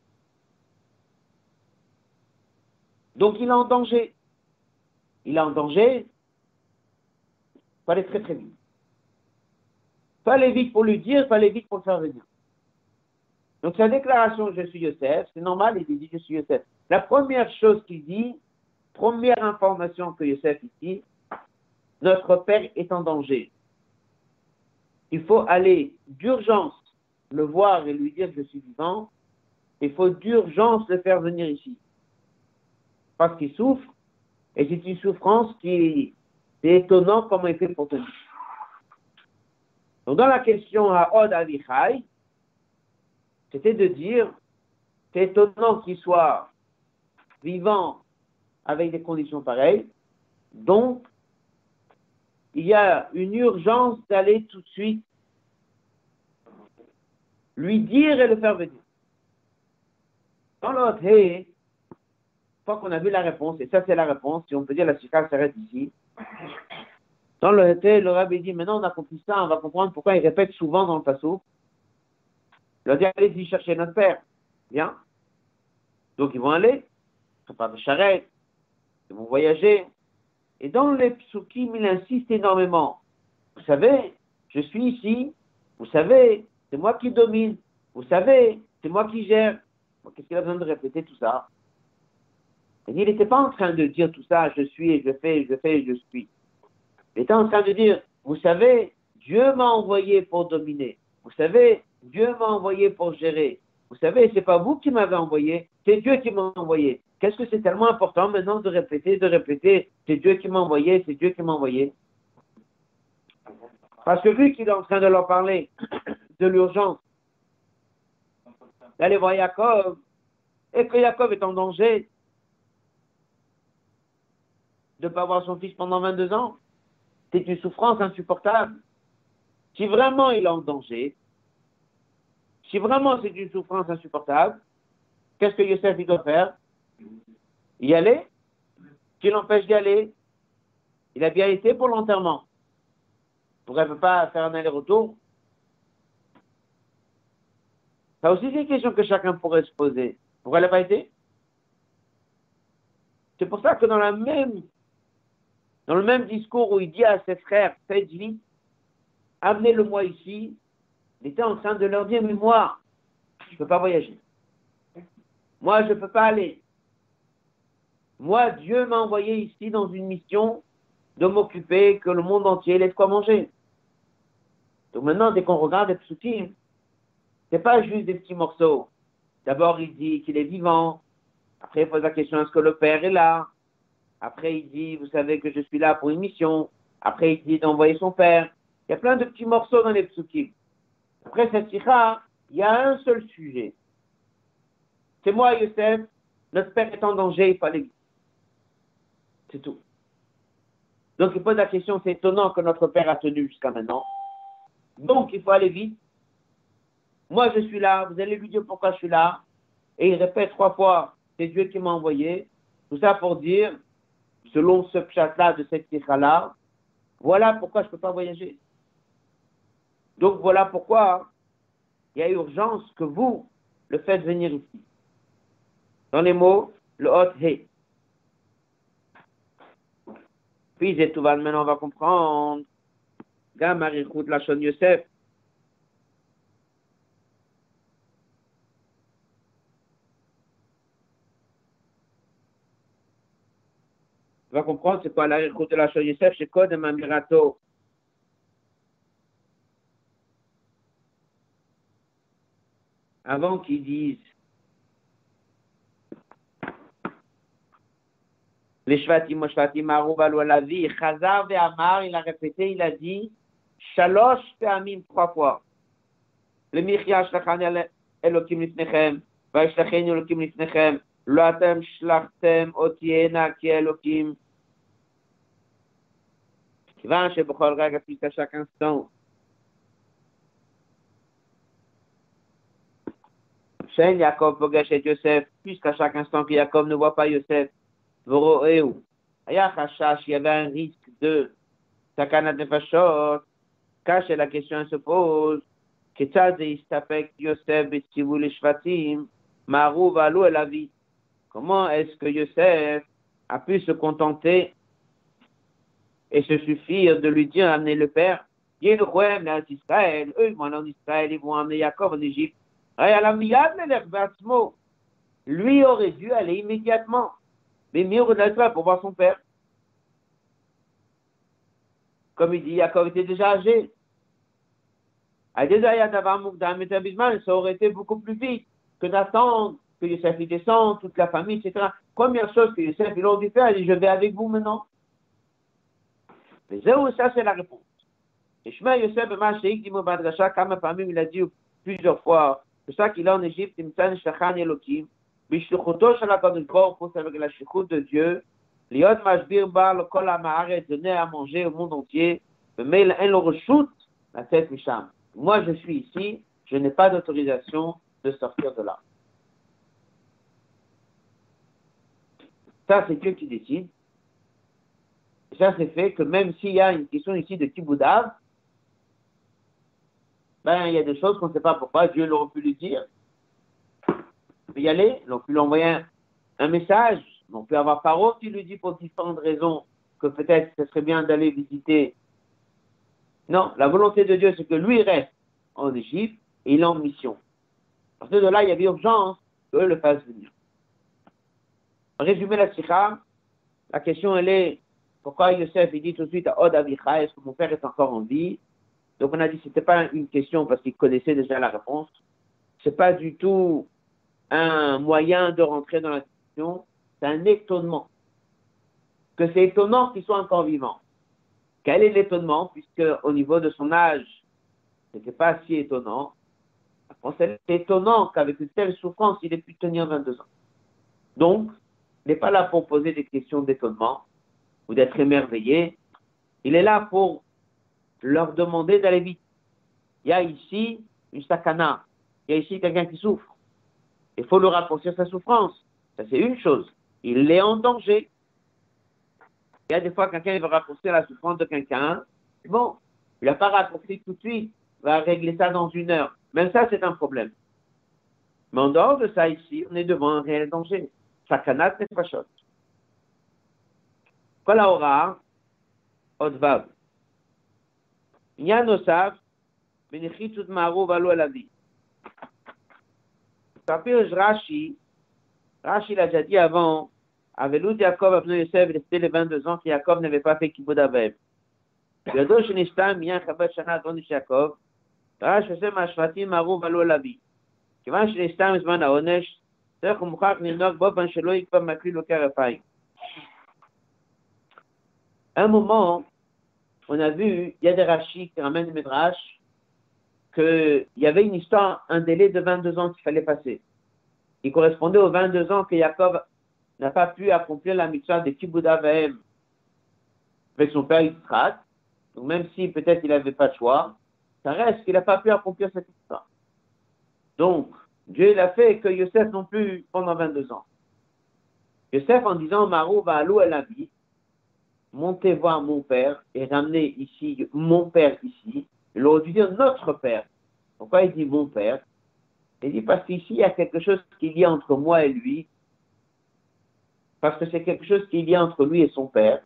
Donc il est en danger. Il est en danger. Il faut aller très très vite. Il faut aller vite pour lui dire, il faut aller vite pour le faire venir. Donc sa déclaration, je suis Yosef, c'est normal, il dit je suis Yosef. La première chose qu'il dit, première information que Yosef dit, notre père est en danger. Il faut aller d'urgence le voir et lui dire que je suis vivant. Il faut d'urgence le faire venir ici. Parce qu'il souffre, et c'est une souffrance qui est étonnant comment il fait pour tenir. Donc dans la question à Od Avichai, c'était de dire, c'est étonnant qu'il soit vivant avec des conditions pareilles, donc il y a une urgence d'aller tout de suite lui dire et le faire venir. Dans l'autre, hey, une fois qu'on a vu la réponse, et ça c'est la réponse, si on peut dire la sikha s'arrête ici. Dans le hé, le rabbi dit, maintenant on a compris ça, on va comprendre pourquoi il répète souvent dans le passo. Il leur dit, allez-y chercher notre père. Bien. Donc ils vont aller, préparer des charrettes, ils vont voyager. Et dans les psukim, il insiste énormément. Vous savez, je suis ici, vous savez, c'est moi qui domine, vous savez, c'est moi qui gère. Qu'est-ce qu'il a besoin de répéter tout ça? Il n'était pas en train de dire tout ça, je suis et je fais, et je fais et je suis. Il était en train de dire, vous savez, Dieu m'a envoyé pour dominer. Vous savez, Dieu m'a envoyé pour gérer. Vous savez, c'est pas vous qui m'avez envoyé, c'est Dieu qui m'a envoyé. Qu'est-ce que c'est tellement important maintenant de répéter, de répéter, c'est Dieu qui m'a envoyé, c'est Dieu qui m'a envoyé. Parce que vu qu'il est en train de leur parler de l'urgence d'aller voir Jacob, et que Jacob est en danger de ne pas voir son fils pendant vingt-deux ans, c'est une souffrance insupportable. Si vraiment il est en danger, si vraiment c'est une souffrance insupportable, qu'est-ce que Yosef il doit faire? Y aller? Qui l'empêche d'y aller? Il a bien été pour l'enterrement. Pourquoi il ne peut pas faire un aller-retour? Ça aussi, c'est une question que chacun pourrait se poser. Pourquoi il n'a pas été? C'est pour ça que dans, la même, dans le même discours où il dit à ses frères, faites vite, amenez-le-moi ici, il était en train de leur dire, mais moi, je ne peux pas voyager. Moi, je ne peux pas aller. Moi, Dieu m'a envoyé ici dans une mission de m'occuper que le monde entier ait de quoi manger. Donc maintenant, dès qu'on regarde les psukim, ce n'est pas juste des petits morceaux. D'abord, il dit qu'il est vivant. Après, il pose la question, est-ce que le Père est là? Après, il dit, vous savez que je suis là pour une mission. Après, il dit d'envoyer son Père. Il y a plein de petits morceaux dans les psukim. Après cette sikha, il y a un seul sujet. C'est moi, Yosef, notre Père est en danger, il fallait. C'est tout. Donc, il pose la question, c'est étonnant que notre Père a tenu jusqu'à maintenant. Donc, il faut aller vite. Moi, je suis là, vous allez lui dire pourquoi je suis là. Et il répète trois fois, c'est Dieu qui m'a envoyé. Tout ça pour dire, selon ce pshat-là de cette sikha-là, voilà pourquoi je ne peux pas voyager. Donc, voilà pourquoi il y a urgence que vous le faites venir ici. Dans les mots, le hot he. Puis, et tout va, maintenant on va comprendre. Gam arichut lachon Yosef. On va comprendre c'est quoi l'arichut de lachon Yosef chez Kodem Amirato. Avant qu'ils disent les shvatim, shvatim, arouba, la vie, Chazar ve Amar, il a répété, il a dit, Shalosh pe'amim, trois fois. Le Michya shlachan Elokim lifnechem, Vaishlachem Elokim lifnechem, Lo atem shlachtem otiena ki Elokim. כיוון שבכל רגע puisqu'à chaque instant, Shen Yaakov pogach et Yosef, puisqu'à chaque instant que Yaakov ne voit pas Yosef, Voroeu, Aya Chashash, il y avait un risque de Sakanat Nefashot, cache la question se pose, Ketzad Istapek Yosef Betsivou les Shvatim, Marou Valou et la vie. Comment est-ce que Yosef a pu se contenter et se suffire de lui dire amener le père? Israël, eux ils vont aller en Israël, ils vont amener Yaakov en Égypte. Lui aurait dû aller immédiatement. Mais mieux pas pour voir son père. Comme il dit, Yaakov était déjà âgé. Ça aurait été beaucoup plus vite que d'attendre que Yosef y descende, toute la famille, et cetera. Première chose que Yosef il aurait dû faire, il dit, je vais avec vous maintenant. Mais ça, c'est la réponse. Et Shema Yosef, il a dit plusieurs fois C'est ça qu'il est en Égypte, Timtan Shachan Elohim, Bishluchoto Shalakadosh Baruch Hu, avec la shlichut de Dieu, Liot Mashbir Bar, Kol HaMaaretz, donner à manger au monde entier, mais il en rechute la tête Misham. Moi, je suis ici, je n'ai pas d'autorisation de sortir de là. Ça, c'est Dieu qui décide. Et ça, c'est fait que même s'il y a une question ici de Kiboudav, ben, il y a des choses qu'on ne sait pas pourquoi Dieu l'aurait pu lui dire. Il peut y aller, on peut lui envoyer un, un message, on peut avoir Paro qui lui dit pour différentes raisons que peut-être ce serait bien d'aller visiter. Non, la volonté de Dieu, c'est que lui reste en Égypte et il est en mission. À partir de là, il y avait urgence qu'eux le fassent venir. En résumé, la sikha, la question elle est pourquoi Yosef il dit tout de suite à Od Avicha, est-ce que mon père est encore en vie? Donc on a dit que ce n'était pas une question parce qu'il connaissait déjà la réponse. Ce n'est pas du tout un moyen de rentrer dans la question, c'est un étonnement. Que c'est étonnant qu'il soit encore vivant. Quel est l'étonnement? Puisque au niveau de son âge, ce n'était pas si étonnant. C'est étonnant qu'avec une telle souffrance, il ait pu tenir vingt-deux ans. Donc, il n'est pas là pour poser des questions d'étonnement ou d'être émerveillé. Il est là pour leur demander d'aller vite. Il y a ici une sakana. Il y a ici quelqu'un qui souffre. Il faut lui raccourcir sa souffrance. Ça, c'est une chose. Il est en danger. Il y a des fois, quelqu'un il veut raccourcir la souffrance de quelqu'un. Bon, il n'a pas raccourci tout de suite. Il va régler ça dans une heure. Même ça, c'est un problème. Mais en dehors de ça, ici, on est devant un réel danger. Sakana, c'est pas chose. Kol haora, odvav. Inyan nosav, benichitzut ma'aruv alu el avi. Papir Rashi, Rashi l'a déjà dit avant, Avelut Yaakov Avnu Yosef, c'était les vingt-deux ans que Yaakov n'avait pas fait Kibud Avev. Yado Shenishtam, Yan Chabad Shana, Adonish Yaakov, Rashi Yosef Mashvatim Ma'aruv alu el avi. Kivan Shenishtam Zman HaOnesh, Tzech Umuchach Nirnog Boban Shelo Yikva Makli Loker Efayim. À un moment, on a vu, il y a des Rashi qui ramènent des Midrash, qu'il y avait une histoire, un délai de vingt-deux ans qu'il fallait passer. Il correspondait aux vingt-deux ans que Yaakov n'a pas pu accomplir la mitzvah de Kibud Avaim avec son père Yitzhak. Donc même si peut-être il n'avait pas de choix, ça reste qu'il n'a pas pu accomplir cette mitzvah. Donc, Dieu il a fait que Yosef non plus pendant vingt-deux ans. Yosef en disant Marou va alou el avi, montez voir mon père et ramenez ici mon père ici. Il aurait dû dire notre père. Pourquoi il dit mon père? Il dit parce qu'ici il y a quelque chose qu'il y a entre moi et lui. Parce que c'est quelque chose qu'il y a entre lui et son père.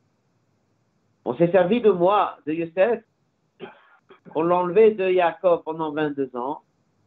On s'est servi de moi, de Yosef. On l'a enlevé de Yaakov pendant vingt-deux ans.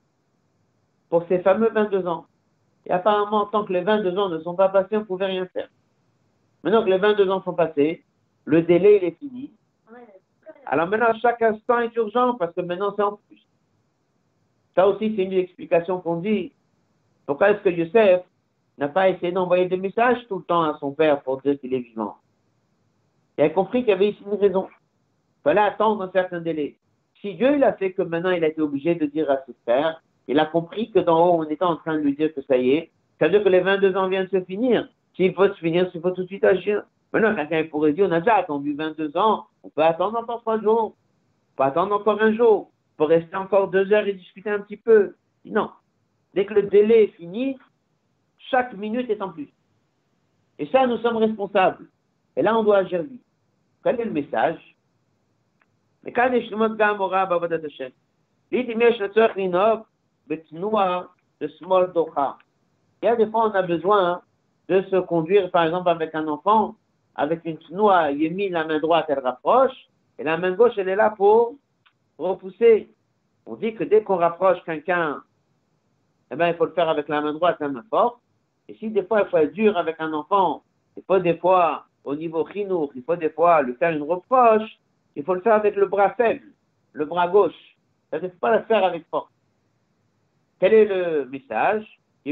Pour ces fameux vingt-deux ans. Et apparemment, tant que les vingt-deux ans ne sont pas passés, on ne pouvait rien faire. Maintenant que les vingt-deux ans sont passés, le délai il est fini. Alors maintenant, chaque instant est urgent parce que maintenant c'est en plus. Ça aussi, c'est une explication qu'on dit. Pourquoi est-ce que Yosef n'a pas essayé d'envoyer des messages tout le temps à son père pour dire qu'il est vivant? Il a compris qu'il y avait ici une raison. Il fallait attendre un certain délai. Si Dieu il a fait que maintenant il a été obligé de dire à ses pères, il a compris que d'en haut on était en train de lui dire que ça y est, ça veut dire que les vingt-deux ans viennent de se finir. S'il faut se finir, il faut tout de suite agir. Maintenant, quelqu'un pourrait dire, on a déjà attendu vingt-deux ans, on peut attendre encore trois jours, on peut attendre encore un jour, on peut rester encore deux heures et discuter un petit peu. Non. Dès que le délai est fini, chaque minute est en plus. Et ça, nous sommes responsables. Et là, on doit agir vite. Quel est le message? Mais quand les Shemot Gamora Babadat Hashem, l'Itimesh Netzor Ninov, Betnoua, de Smol Docha. Il y a des fois, on a besoin de se conduire, par exemple, avec un enfant, avec une tnoua, il est mis la main droite, elle rapproche, et la main gauche, elle est là pour repousser. On dit que dès qu'on rapproche quelqu'un, eh ben, il faut le faire avec la main droite, la main forte. Et si des fois, il faut être dur avec un enfant, il faut des fois, au niveau chinour, il faut des fois lui faire une reproche, il faut le faire avec le bras faible, le bras gauche. Ça ne faut pas le faire avec force. Quel est le message?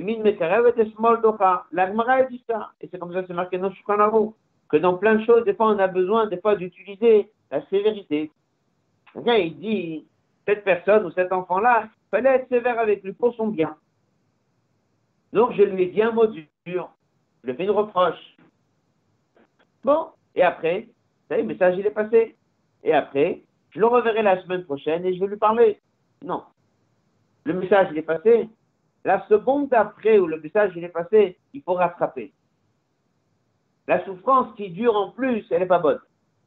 La Gemara dit ça, et c'est comme ça que c'est marqué dans Shulchan Aruch, que dans plein de choses, des fois on a besoin des fois d'utiliser la sévérité. Quelqu'un il dit, cette personne ou cet enfant-là, fallait être sévère avec lui pour son bien. Donc je lui ai dit un mot dur, je lui ai fait une reproche. Bon, et après, ça y est, le message il est passé. Et après, je le reverrai la semaine prochaine et je vais lui parler. Non. Le message il est passé. La seconde d'après où le message il est passé, il faut rattraper. La souffrance qui dure en plus, elle n'est pas bonne.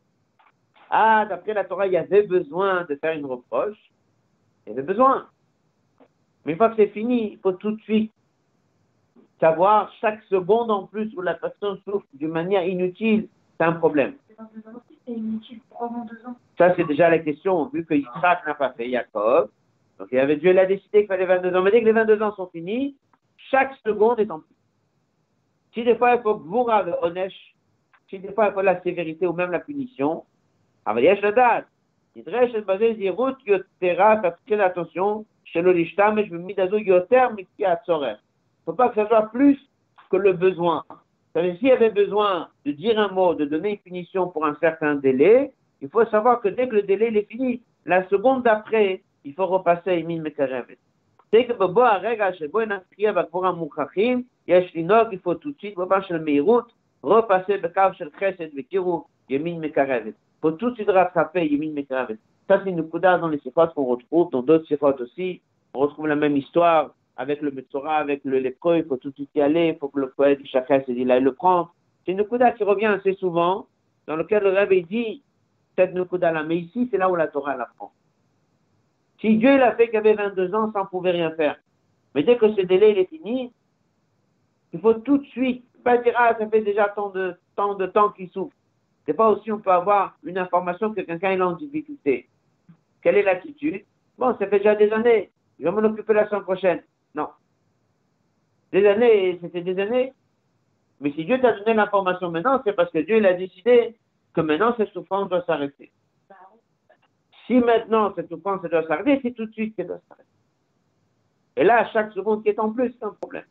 Ah, d'après la Torah, il y avait besoin de faire une reproche. Il y avait besoin. Mais une fois que c'est fini, il faut tout de suite savoir chaque seconde en plus où la personne souffre d'une manière inutile, c'est un problème. C'est inutile pour avant deux ans. Ça, c'est déjà la question, vu que Yitzhak n'a pas fait Jacob. Donc, il y avait Dieu, il a décidé qu'il fallait vingt-deux ans. Mais dès que les vingt-deux ans sont finis, chaque seconde est en plus. Si des fois il faut Gvoura de Onesh, si des fois il faut la sévérité ou même la punition, Avayesh la date. Yidresh el bazé zirut yotera, faites très attention, chez le lishtam, et je me mis d'azo yoter, mais qui a tzorer. Il ne faut pas que ça soit plus que le besoin. Ça veut dire, s'il y avait besoin de dire un mot, de donner une punition pour un certain délai, il faut savoir que dès que le délai est fini, la seconde d'après, il faut repasser à Imin Mekarevet. Dès que Bobo a rega, chez Boy Nakriya, Bakvora Mouchachim, Yesh Linok, il faut tout de suite, Boba Shel Meirut, repasser Bekav Shel Chesed Vekiru, Yemin Mekarevet. Il faut tout de suite rattraper Yemin Mekarevet. Ça, c'est une couda dans les séchotes qu'on retrouve, dans d'autres séchotes aussi. On retrouve la même histoire avec le Metzora, avec le lépreux, il faut tout de suite y aller, il faut que le poète du chacun s'est dit là, il le prend. C'est une couda qui revient assez souvent, dans lequel le Rebbe dit cette Nukuda-là, mais ici, c'est là où la Torah la prend. Si Dieu l'a fait qu'il avait vingt-deux ans, ça ne pouvait rien faire. Mais dès que ce délai il est fini, il faut tout de suite, pas dire, ah, ça fait déjà tant de, tant de temps qu'il souffre. C'est pas aussi, on peut avoir une information que quelqu'un est en difficulté. Quelle est l'attitude? Bon, ça fait déjà des années, je vais m'en occuper la semaine prochaine. Non. Des années, c'était des années. Mais si Dieu t'a donné l'information maintenant, c'est parce que Dieu il a décidé que maintenant cette souffrance doit s'arrêter. Si maintenant cette souffrance doit s'arrêter, c'est tout de suite qu'elle doit s'arrêter. Et là, chaque seconde qui est en plus, c'est un problème.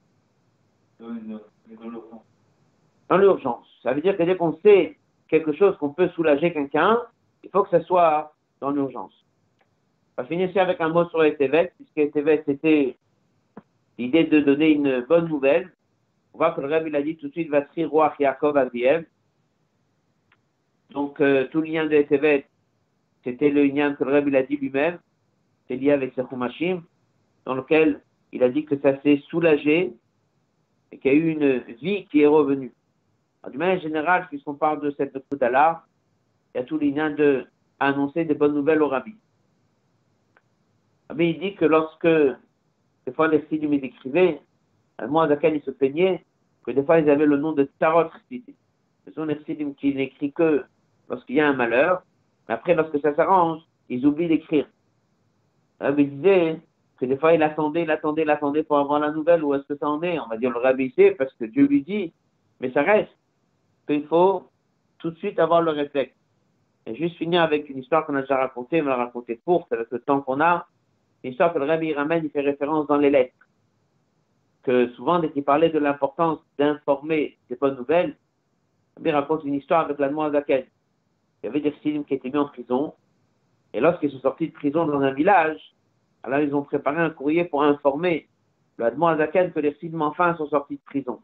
Dans l'urgence. Ça veut dire que dès qu'on sait quelque chose qu'on peut soulager quelqu'un, il faut que ça soit dans l'urgence. On va finir ici avec un mot sur les Tevet, puisque les Tevet, c'était l'idée de donner une bonne nouvelle. On voit que le Rebbe, il a dit tout de suite, Vatri Roach Yaakov Aviev. Donc, euh, tout le lien de Tevet, c'était le lien que le Rebbe, il a dit lui-même. C'est lié avec Sechumashim, dans lequel il a dit que ça s'est soulagé et qu'il y a eu une vie qui est revenue. Alors, du manière générale, puisqu'on parle de cette Nekuda-là, il y a tout le lien de annoncer des bonnes nouvelles au Rabbi. Mais il dit que lorsque, des fois, les Chassidim ils écrivaient, le mois à il se plaignait, que des fois, ils avaient le nom de Tarot Chassidim. Ce sont les Chassidim qui n'écrivent que lorsqu'il y a un malheur, mais après, lorsque ça s'arrange, ils oublient d'écrire. Le Rabbi disait que des fois, il attendait, il attendait, il attendait pour avoir la nouvelle, où est-ce que ça en est? On va dire le Rabbi sait, parce que Dieu lui dit, mais ça reste, qu'il faut tout de suite avoir le réflexe. Et juste finir avec une histoire qu'on a déjà racontée, mais la raconter courte, avec le temps qu'on a, une histoire que le Rabbi ramène, il fait référence dans les lettres. Que souvent, dès qu'il parlait de l'importance d'informer des bonnes nouvelles, il raconte une histoire avec la Zaken. Il y avait des Chassidim qui étaient mis en prison, et lorsqu'ils sont sortis de prison dans un village, alors ils ont préparé un courrier pour informer le Zaken que les Chassidim enfin sont sortis de prison.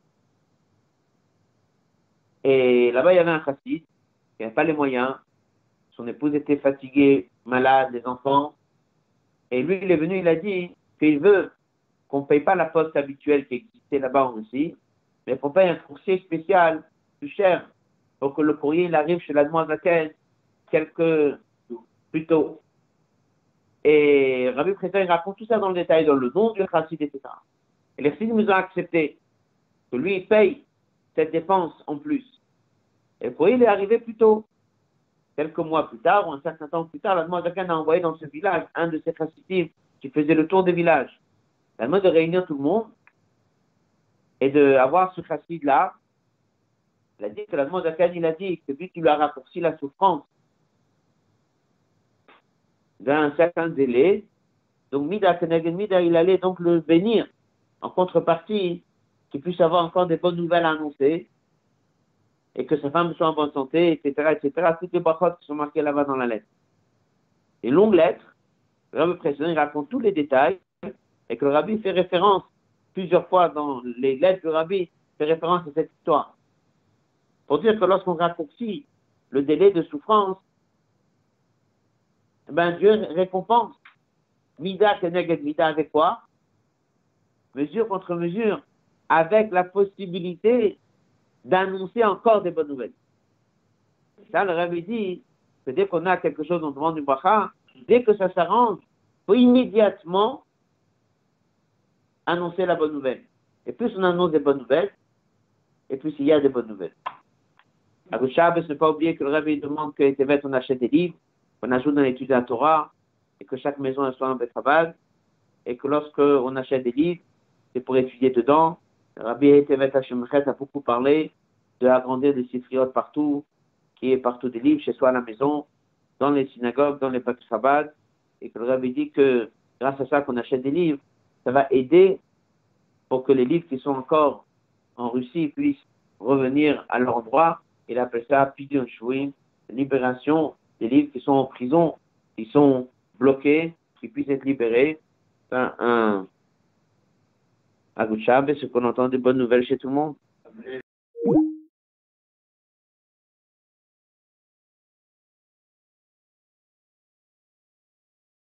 Et là-bas, il y avait un chassid qui n'avait pas les moyens, son épouse était fatiguée, malade, les enfants, et lui, il est venu, il a dit qu'il veut qu'on ne paye pas la poste habituelle qui existait là-bas en Russie, mais qu'on paye un coursier spécial plus cher pour que le courrier il arrive chez l'Admoisaken quelques plus tôt. Et Rabbi Président, il raconte tout ça dans le détail, dans le nom du chassid, et cetera. Et les Chassidim nous ont accepté que lui, il paye cette dépense en plus. Et le courrier il est arrivé plus tôt. Quelques mois plus tard, ou un certain temps plus tard, l'Admoisaken a envoyé dans ce village un de ses chassidim qui faisait le tour des villages. La mode de réunir tout le monde et d'avoir ce chassid-là, il a dit que la Zaken, il a dit que lui qui lui a raccourci la souffrance d'un certain délai, donc Mida Kenegen Mida, il allait donc le bénir en contrepartie qu'il puisse avoir encore des bonnes nouvelles à annoncer et que sa femme soit en bonne santé, et cetera, et cetera. Toutes les brachot qui sont marquées là-bas dans la lettre. Une longue lettre Le rabbi précédent, il raconte tous les détails et que le rabbi fait référence plusieurs fois dans les lettres du rabbi, fait référence à cette histoire. Pour dire que lorsqu'on raccourcit le délai de souffrance, ben Dieu récompense. Mida keneged mida avec quoi? Mesure contre mesure, avec la possibilité d'annoncer encore des bonnes nouvelles. Ça, le rabbi dit que dès qu'on a quelque chose, on demande une bracha, dès que ça s'arrange, il faut immédiatement annoncer la bonne nouvelle. Et plus on annonce des bonnes nouvelles, et plus il y a des bonnes nouvelles. À Shabbos, ne pas oublier que le rabbi demande que les Tevet, on achète des livres, qu'on ajoute dans l'étude de la Torah, et que chaque maison elle soit un Betrabad, et que lorsque on achète des livres, c'est pour étudier dedans. Le rabbi Tevet Hashemchet a beaucoup parlé de agrandir des sifriot partout, qui est partout des livres, chez soi à la maison, dans les synagogues, dans les Betrabad, et que le rabbi dit que grâce à ça qu'on achète des livres, ça va aider pour que les livres qui sont encore en Russie puissent revenir à leur endroit. Il appelle ça Pidyon Shvuim, libération des livres qui sont en prison, qui sont bloqués, qui puissent être libérés. Enfin, un Agouchab, ce qu'on entend des bonnes nouvelles chez tout le monde.